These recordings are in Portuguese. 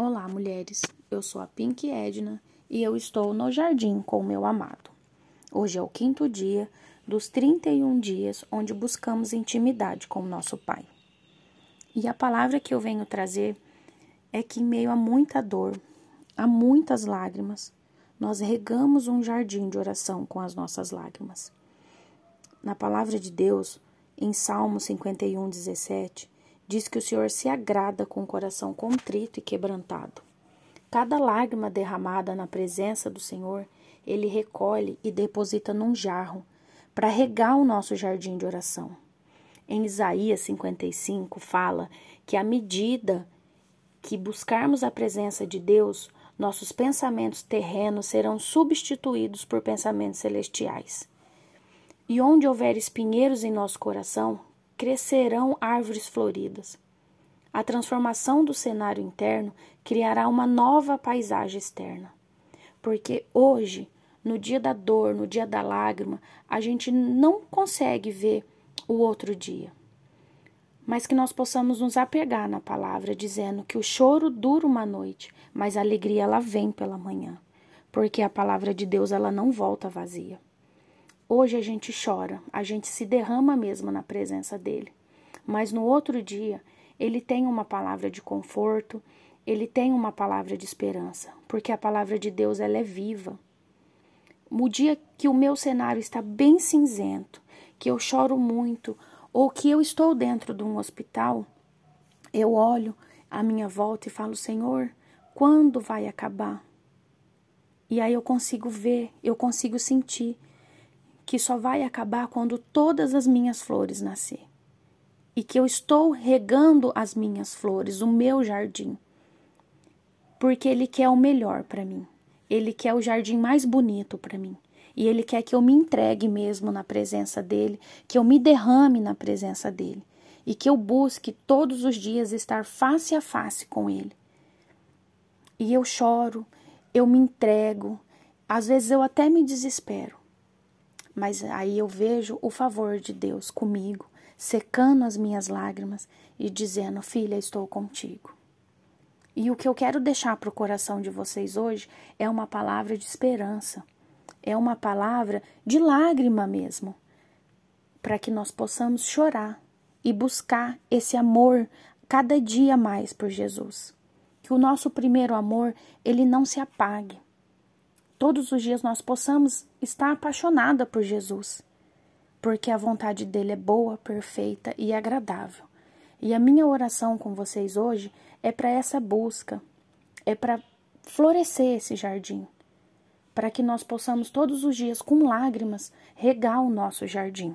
Olá, mulheres. Eu sou a Pink Edna e eu estou no jardim com o meu amado. Hoje é o 5º dia dos 31 dias onde buscamos intimidade com o nosso Pai. E a palavra que eu venho trazer é que em meio a muita dor, a muitas lágrimas, nós regamos um jardim de oração com as nossas lágrimas. Na palavra de Deus, em Salmo 51:17, diz que o Senhor se agrada com o coração contrito e quebrantado. Cada lágrima derramada na presença do Senhor, Ele recolhe e deposita num jarro para regar o nosso jardim de oração. Em Isaías 55 fala que à medida que buscarmos a presença de Deus, nossos pensamentos terrenos serão substituídos por pensamentos celestiais. E onde houver espinheiros em nosso coração, crescerão árvores floridas. A transformação do cenário interno criará uma nova paisagem externa. Porque hoje, no dia da dor, no dia da lágrima, a gente não consegue ver o outro dia. Mas que nós possamos nos apegar na palavra, dizendo que o choro dura uma noite, mas a alegria ela vem pela manhã. Porque a palavra de Deus ela não volta vazia. Hoje a gente chora, a gente se derrama mesmo na presença dele. Mas no outro dia, ele tem uma palavra de conforto, ele tem uma palavra de esperança. Porque a palavra de Deus ela é viva. No dia que o meu cenário está bem cinzento, que eu choro muito, ou que eu estou dentro de um hospital, eu olho à minha volta e falo, Senhor, quando vai acabar? E aí eu consigo ver, eu consigo sentir que só vai acabar quando todas as minhas flores nascer. E que eu estou regando as minhas flores, o meu jardim. Porque Ele quer o melhor para mim. Ele quer o jardim mais bonito para mim. E Ele quer que eu me entregue mesmo na presença dEle, que eu me derrame na presença dEle. E que eu busque todos os dias estar face a face com Ele. E eu choro, eu me entrego, às vezes eu até me desespero. Mas aí eu vejo o favor de Deus comigo, secando as minhas lágrimas e dizendo, filha, estou contigo. E o que eu quero deixar para o coração de vocês hoje é uma palavra de esperança, é uma palavra de lágrima mesmo, para que nós possamos chorar e buscar esse amor cada dia mais por Jesus. Que o nosso primeiro amor, ele não se apague. Todos os dias nós possamos estar apaixonada por Jesus, porque a vontade dele é boa, perfeita e agradável. E a minha oração com vocês hoje é para essa busca, é para florescer esse jardim, para que nós possamos todos os dias, com lágrimas, regar o nosso jardim.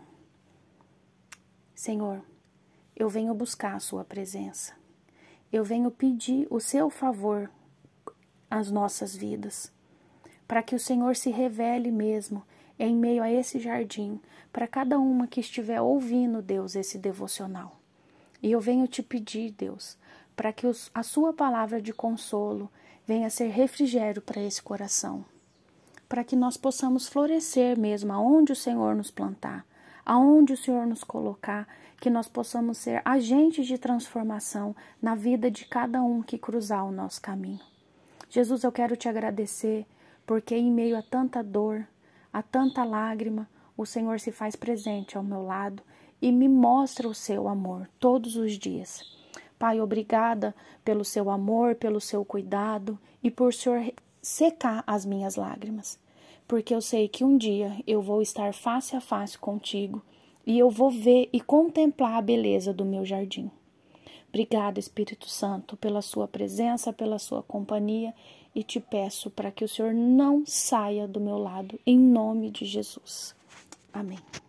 Senhor, eu venho buscar a sua presença, eu venho pedir o seu favor às nossas vidas, para que o Senhor se revele mesmo em meio a esse jardim, para cada uma que estiver ouvindo, Deus, esse devocional. E eu venho te pedir, Deus, para que a sua palavra de consolo venha ser refrigério para esse coração, para que nós possamos florescer mesmo aonde o Senhor nos plantar, aonde o Senhor nos colocar, que nós possamos ser agentes de transformação na vida de cada um que cruzar o nosso caminho. Jesus, eu quero te agradecer, porque em meio a tanta dor, a tanta lágrima, o Senhor se faz presente ao meu lado e me mostra o seu amor todos os dias. Pai, obrigada pelo seu amor, pelo seu cuidado e por o Senhor secar as minhas lágrimas. Porque eu sei que um dia eu vou estar face a face contigo e eu vou ver e contemplar a beleza do meu jardim. Obrigada, Espírito Santo, pela sua presença, pela sua companhia e te peço para que o Senhor não saia do meu lado, em nome de Jesus. Amém.